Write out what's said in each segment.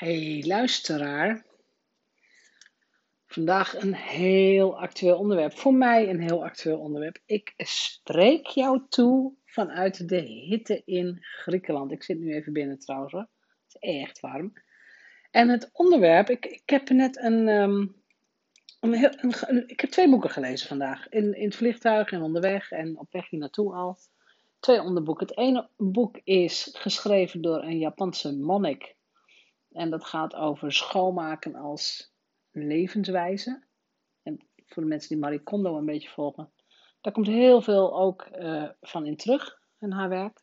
Hey luisteraar, vandaag een heel actueel onderwerp. Voor mij een heel actueel onderwerp. Ik spreek jou toe vanuit de hitte in Griekenland. Ik zit nu even binnen trouwens hoor. Het is echt warm. En het onderwerp, ik heb net ik heb 2 boeken gelezen vandaag. In het vliegtuig en onderweg en op weg hier naartoe al. 2 onderboeken. Het ene boek is geschreven door een Japanse monnik. En dat gaat over schoonmaken als levenswijze. En voor de mensen die Marie Kondo een beetje volgen, daar komt heel veel ook van in terug in haar werk.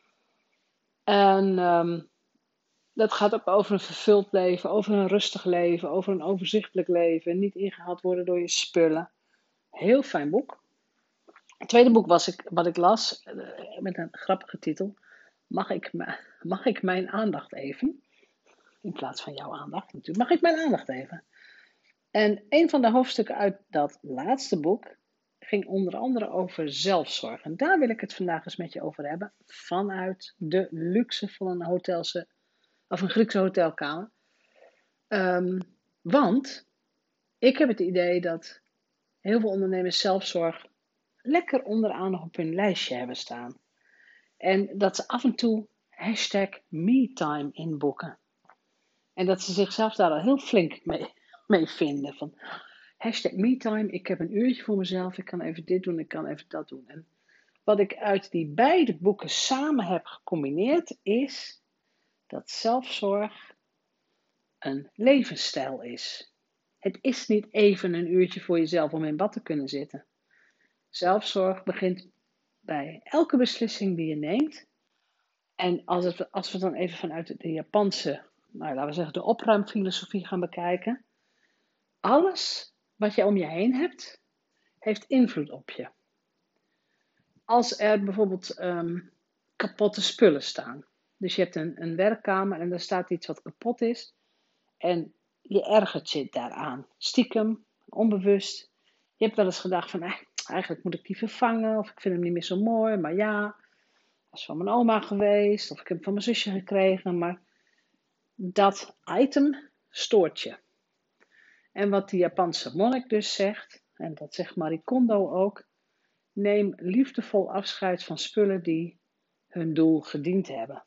En dat gaat ook over een vervuld leven, over een rustig leven, over een overzichtelijk leven. Niet ingehaald worden door je spullen. Heel fijn boek. Het tweede boek wat ik las, met een grappige titel. Mag ik mijn aandacht even? In plaats van jouw aandacht natuurlijk. Mag ik mijn aandacht even? En een van de hoofdstukken uit dat laatste boek ging onder andere over zelfzorg. En daar wil ik het vandaag eens met je over hebben. Vanuit de luxe van een Griekse hotelkamer. Want ik heb het idee dat heel veel ondernemers zelfzorg lekker onderaan op hun lijstje hebben staan. En dat ze af en toe #MeTime inboeken. En dat ze zichzelf daar al heel flink mee vinden. Van #MeTime, ik heb een uurtje voor mezelf, ik kan even dit doen, ik kan even dat doen. En wat ik uit die beide boeken samen heb gecombineerd is dat zelfzorg een levensstijl is. Het is niet even een uurtje voor jezelf om in bad te kunnen zitten. Zelfzorg begint bij elke beslissing die je neemt. En als we dan even vanuit de Japanse, laten we zeggen de opruimfilosofie gaan bekijken. Alles wat je om je heen hebt, heeft invloed op je. Als er bijvoorbeeld kapotte spullen staan. Dus je hebt een werkkamer en daar staat iets wat kapot is. En je ergert je daaraan. Stiekem, onbewust. Je hebt wel eens gedacht van, eigenlijk moet ik die vervangen. Of ik vind hem niet meer zo mooi. Maar ja, dat is van mijn oma geweest. Of ik heb hem van mijn zusje gekregen. Maar dat item stoort je. En wat die Japanse monnik dus zegt, en dat zegt Marie Kondo ook. Neem liefdevol afscheid van spullen die hun doel gediend hebben.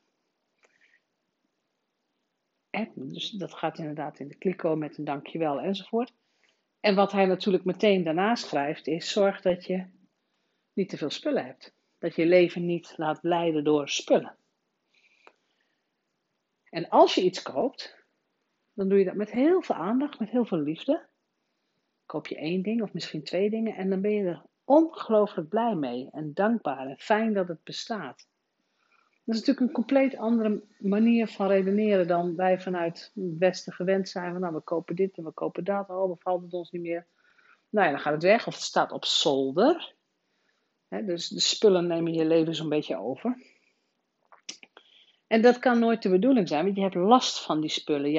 Dus dat gaat inderdaad in de kliko met een dankjewel enzovoort. En wat hij natuurlijk meteen daarna schrijft is: zorg dat je niet te veel spullen hebt. Dat je leven niet laat leiden door spullen. En als je iets koopt, dan doe je dat met heel veel aandacht, met heel veel liefde. Koop je 1 ding of misschien 2 dingen en dan ben je er ongelooflijk blij mee en dankbaar en fijn dat het bestaat. Dat is natuurlijk een compleet andere manier van redeneren dan wij vanuit het Westen gewend zijn. Van, nou, we kopen dit en we kopen dat. Oh, bevalt het ons niet meer. Nou ja, dan gaat het weg of het staat op zolder. Dus de spullen nemen je leven zo'n beetje over. En dat kan nooit de bedoeling zijn, want je hebt last van die spullen.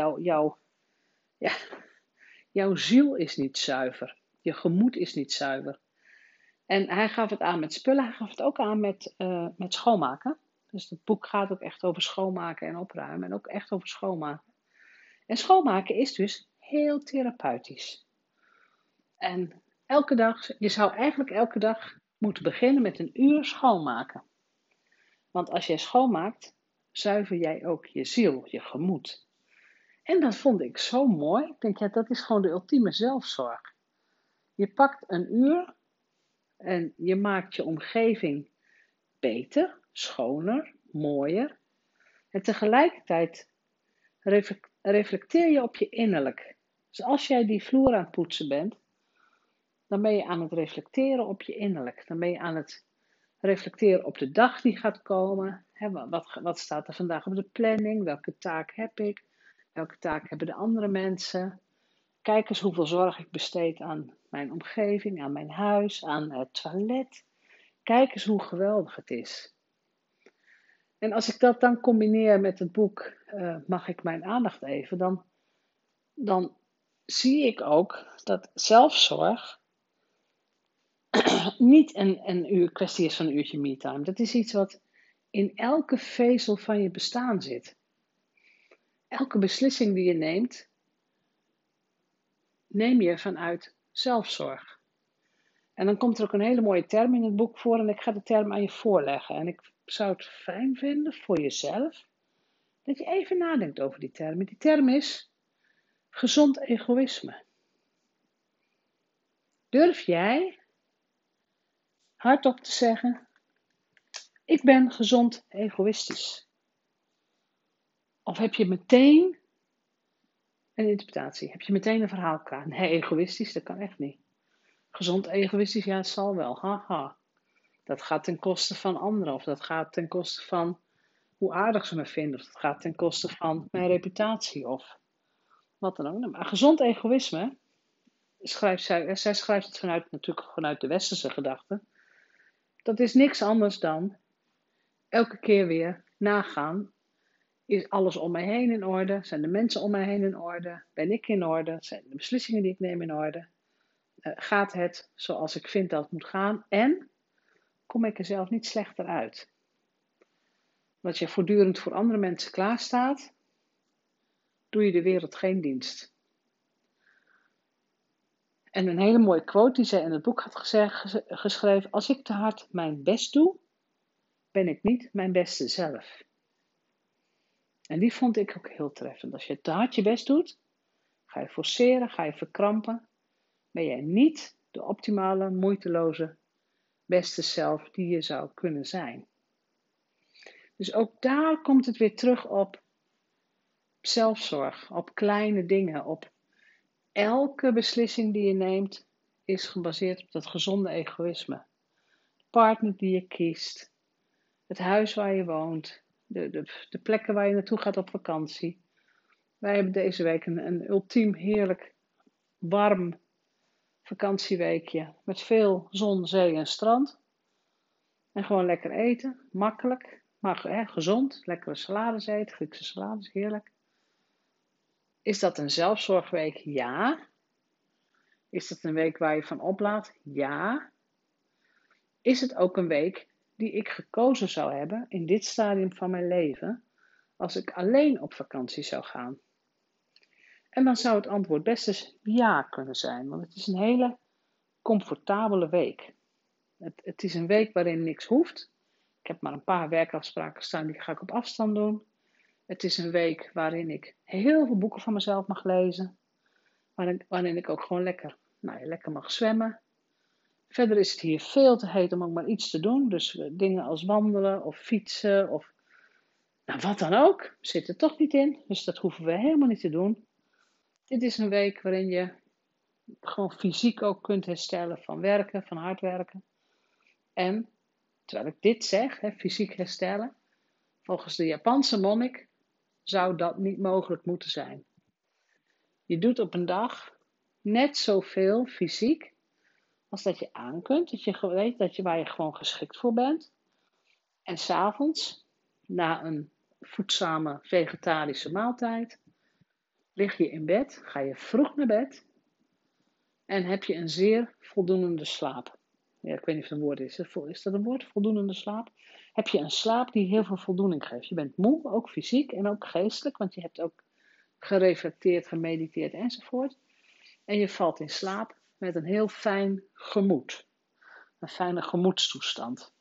Jouw ziel is niet zuiver. Je gemoed is niet zuiver. En hij gaf het aan met spullen, hij gaf het ook aan met schoonmaken. Dus het boek gaat ook echt over schoonmaken en opruimen. En ook echt over schoonmaken. En schoonmaken is dus heel therapeutisch. En je zou eigenlijk elke dag moeten beginnen met 1 uur schoonmaken. Want als jij schoonmaakt, zuiver jij ook je ziel, je gemoed. En dat vond ik zo mooi. Ik denk, ja, dat is gewoon de ultieme zelfzorg. Je pakt 1 uur en je maakt je omgeving beter, schoner, mooier. En tegelijkertijd reflecteer je op je innerlijk. Dus als jij die vloer aan het poetsen bent, dan ben je aan het reflecteren op je innerlijk. Dan ben je aan het reflecteren op de dag die gaat komen. Wat staat er vandaag op de planning? Welke taak heb ik? Welke taak hebben de andere mensen? Kijk eens hoeveel zorg ik besteed aan mijn omgeving, aan mijn huis, aan het toilet. Kijk eens hoe geweldig het is. En als ik dat dan combineer met het boek Mag ik mijn aandacht even, dan zie ik ook dat zelfzorg niet een kwestie is van 1 uurtje me-time. Dat is iets wat in elke vezel van je bestaan zit. elke beslissing die je neemt, neem je vanuit zelfzorg. En dan komt er ook een hele mooie term in het boek voor en ik ga de term aan je voorleggen. En ik zou het fijn vinden voor jezelf dat je even nadenkt over die term. Die term is gezond egoïsme. Durf jij hardop te zeggen, ik ben gezond egoïstisch? Of heb je meteen een interpretatie? Heb je meteen een verhaal klaar? Nee, egoïstisch, dat kan echt niet. Gezond egoïstisch, ja, het zal wel. Haha. Dat gaat ten koste van anderen. Of dat gaat ten koste van hoe aardig ze me vinden. Of dat gaat ten koste van mijn reputatie. Of wat dan ook. Maar gezond egoïsme, schrijft zij schrijft het natuurlijk vanuit de westerse gedachte. Dat is niks anders dan elke keer weer nagaan. Is alles om mij heen in orde? Zijn de mensen om mij heen in orde? Ben ik in orde? Zijn de beslissingen die ik neem in orde? Gaat het zoals ik vind dat het moet gaan? En kom ik er zelf niet slechter uit? Dat je voortdurend voor andere mensen klaarstaat, doe je de wereld geen dienst. En een hele mooie quote die zij in het boek had geschreven: als ik te hard mijn best doe, ben ik niet mijn beste zelf. En die vond ik ook heel treffend. Als je te hard je best doet, ga je forceren, ga je verkrampen, ben jij niet de optimale, moeiteloze, beste zelf die je zou kunnen zijn. Dus ook daar komt het weer terug op zelfzorg, op kleine dingen, op elke beslissing die je neemt is gebaseerd op dat gezonde egoïsme. De partner die je kiest, het huis waar je woont, de plekken waar je naartoe gaat op vakantie. Wij hebben deze week een ultiem heerlijk warm vakantieweekje met veel zon, zee en strand. En gewoon lekker eten, makkelijk, maar gezond, lekkere salades eten, Griekse salades, heerlijk. Is dat een zelfzorgweek? Ja. Is dat een week waar je van oplaat? Ja. Is het ook een week die ik gekozen zou hebben in dit stadium van mijn leven als ik alleen op vakantie zou gaan? En dan zou het antwoord best eens ja kunnen zijn, want het is een hele comfortabele week. Het is een week waarin niks hoeft. Ik heb maar een paar werkafspraken staan, die ga ik op afstand doen. Het is een week waarin ik heel veel boeken van mezelf mag lezen. Waarin ik ook gewoon lekker mag zwemmen. Verder is het hier veel te heet om ook maar iets te doen. Dus dingen als wandelen of fietsen of wat dan ook zit er toch niet in. Dus dat hoeven we helemaal niet te doen. Dit is een week waarin je gewoon fysiek ook kunt herstellen van werken, van hard werken. En terwijl ik dit zeg, fysiek herstellen, volgens de Japanse monnik zou dat niet mogelijk moeten zijn. Je doet op een dag net zoveel fysiek als dat je aan kunt, dat je weet waar je gewoon geschikt voor bent. En 's avonds, na een voedzame vegetarische maaltijd, lig je in bed, ga je vroeg naar bed en heb je een zeer voldoende slaap. Ja, ik weet niet of het een woord is. Is dat een woord? Voldoende slaap? Heb je een slaap die heel veel voldoening geeft. Je bent moe, ook fysiek en ook geestelijk, want je hebt ook gereflecteerd, gemediteerd enzovoort. En je valt in slaap met een heel fijn gemoed. Een fijne gemoedstoestand.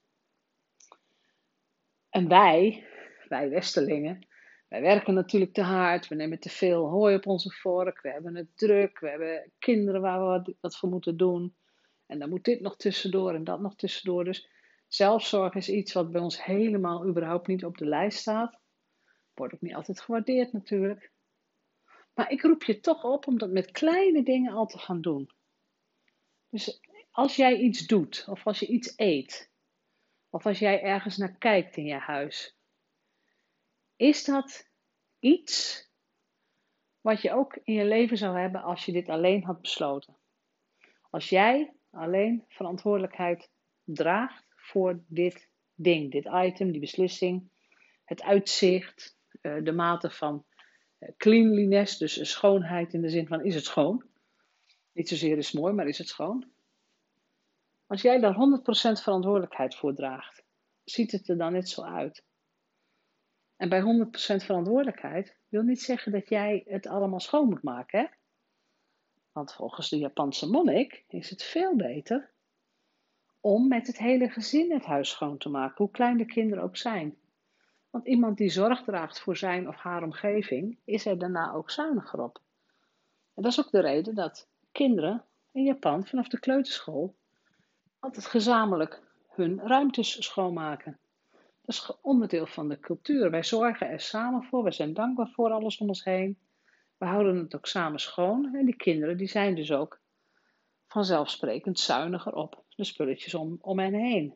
En wij Westerlingen, wij werken natuurlijk te hard. We nemen te veel hooi op onze vork. We hebben het druk. We hebben kinderen waar we wat voor moeten doen. En dan moet dit nog tussendoor en dat nog tussendoor. Dus zelfzorg is iets wat bij ons helemaal überhaupt niet op de lijst staat. Wordt ook niet altijd gewaardeerd natuurlijk. Maar ik roep je toch op om dat met kleine dingen al te gaan doen. Dus als jij iets doet, of als je iets eet, of als jij ergens naar kijkt in je huis, is dat iets wat je ook in je leven zou hebben als je dit alleen had besloten? Als jij alleen verantwoordelijkheid draagt voor dit ding, dit item, die beslissing, het uitzicht, de mate van cleanliness, dus schoonheid in de zin van is het schoon? Niet zozeer is het mooi, maar is het schoon? Als jij daar 100% verantwoordelijkheid voor draagt, ziet het er dan net zo uit? En bij 100% verantwoordelijkheid wil niet zeggen dat jij het allemaal schoon moet maken, hè? Want volgens de Japanse monnik is het veel beter om met het hele gezin het huis schoon te maken, hoe klein de kinderen ook zijn. Want iemand die zorg draagt voor zijn of haar omgeving, is er daarna ook zuiniger op. En dat is ook de reden dat kinderen in Japan vanaf de kleuterschool altijd gezamenlijk hun ruimtes schoonmaken. Dat is onderdeel van de cultuur. Wij zorgen er samen voor, wij zijn dankbaar voor alles om ons heen. We houden het ook samen schoon. En die kinderen die zijn dus ook vanzelfsprekend zuiniger op de spulletjes om hen heen.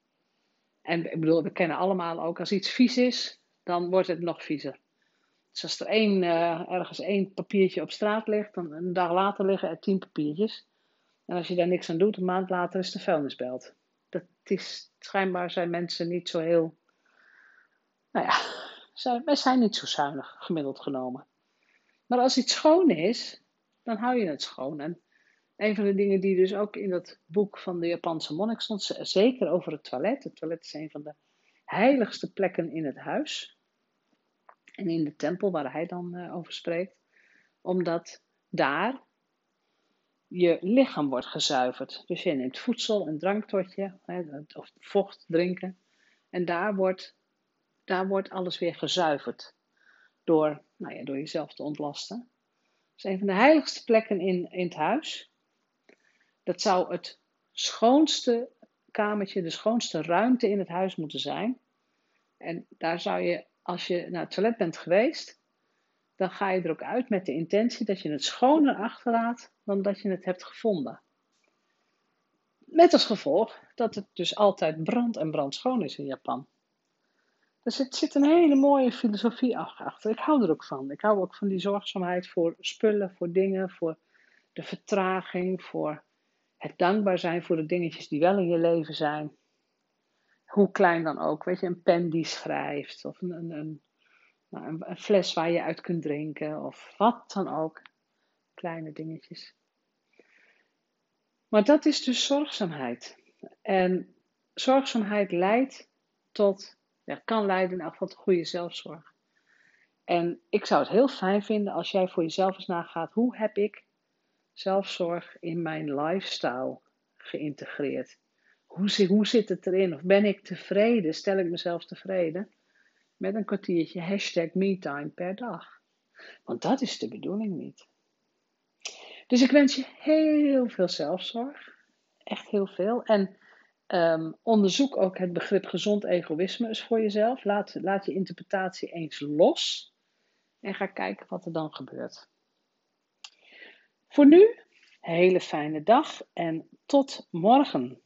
En ik bedoel, we kennen allemaal ook, als iets vies is, dan wordt het nog viezer. Dus als er ergens één papiertje op straat ligt, dan een dag later liggen er 10 papiertjes. En als je daar niks aan doet, een maand later is de vuilnisbelt. Schijnbaar zijn mensen niet zo heel, nou ja, wij zijn niet zo zuinig, gemiddeld genomen. Maar als iets schoon is, dan hou je het schoon. En een van de dingen die dus ook in dat boek van de Japanse monnik stond, zeker over het toilet. Het toilet is een van de heiligste plekken in het huis. En in de tempel waar hij dan over spreekt. Omdat daar je lichaam wordt gezuiverd. Dus je neemt voedsel en drank tot je, of vocht drinken. En daar wordt alles weer gezuiverd. Door jezelf te ontlasten. Dat is een van de heiligste plekken in het huis. Dat zou het schoonste kamertje, de schoonste ruimte in het huis moeten zijn. En daar zou je, als je naar het toilet bent geweest, dan ga je er ook uit met de intentie dat je het schoner achterlaat dan dat je het hebt gevonden. Met als gevolg dat het dus altijd brandschoon is in Japan. Dus het zit een hele mooie filosofie achter. Ik hou er ook van. Ik hou ook van die zorgzaamheid voor spullen, voor dingen, voor de vertraging, voor het dankbaar zijn voor de dingetjes die wel in je leven zijn. Hoe klein dan ook. Weet je, een pen die schrijft. Of een fles waar je uit kunt drinken. Of wat dan ook. Kleine dingetjes. Maar dat is dus zorgzaamheid. En zorgzaamheid kan leiden in elk geval tot goede zelfzorg. En ik zou het heel fijn vinden als jij voor jezelf eens nagaat. Hoe heb ik zelfzorg in mijn lifestyle geïntegreerd? Hoe zit het erin? Of ben ik tevreden? Stel ik mezelf tevreden met een kwartiertje #MeTime per dag? Want dat is de bedoeling niet. Dus ik wens je heel veel zelfzorg. Echt heel veel. En onderzoek ook het begrip gezond egoïsme eens voor jezelf. Laat je interpretatie eens los. En ga kijken wat er dan gebeurt. Voor nu, een hele fijne dag en tot morgen.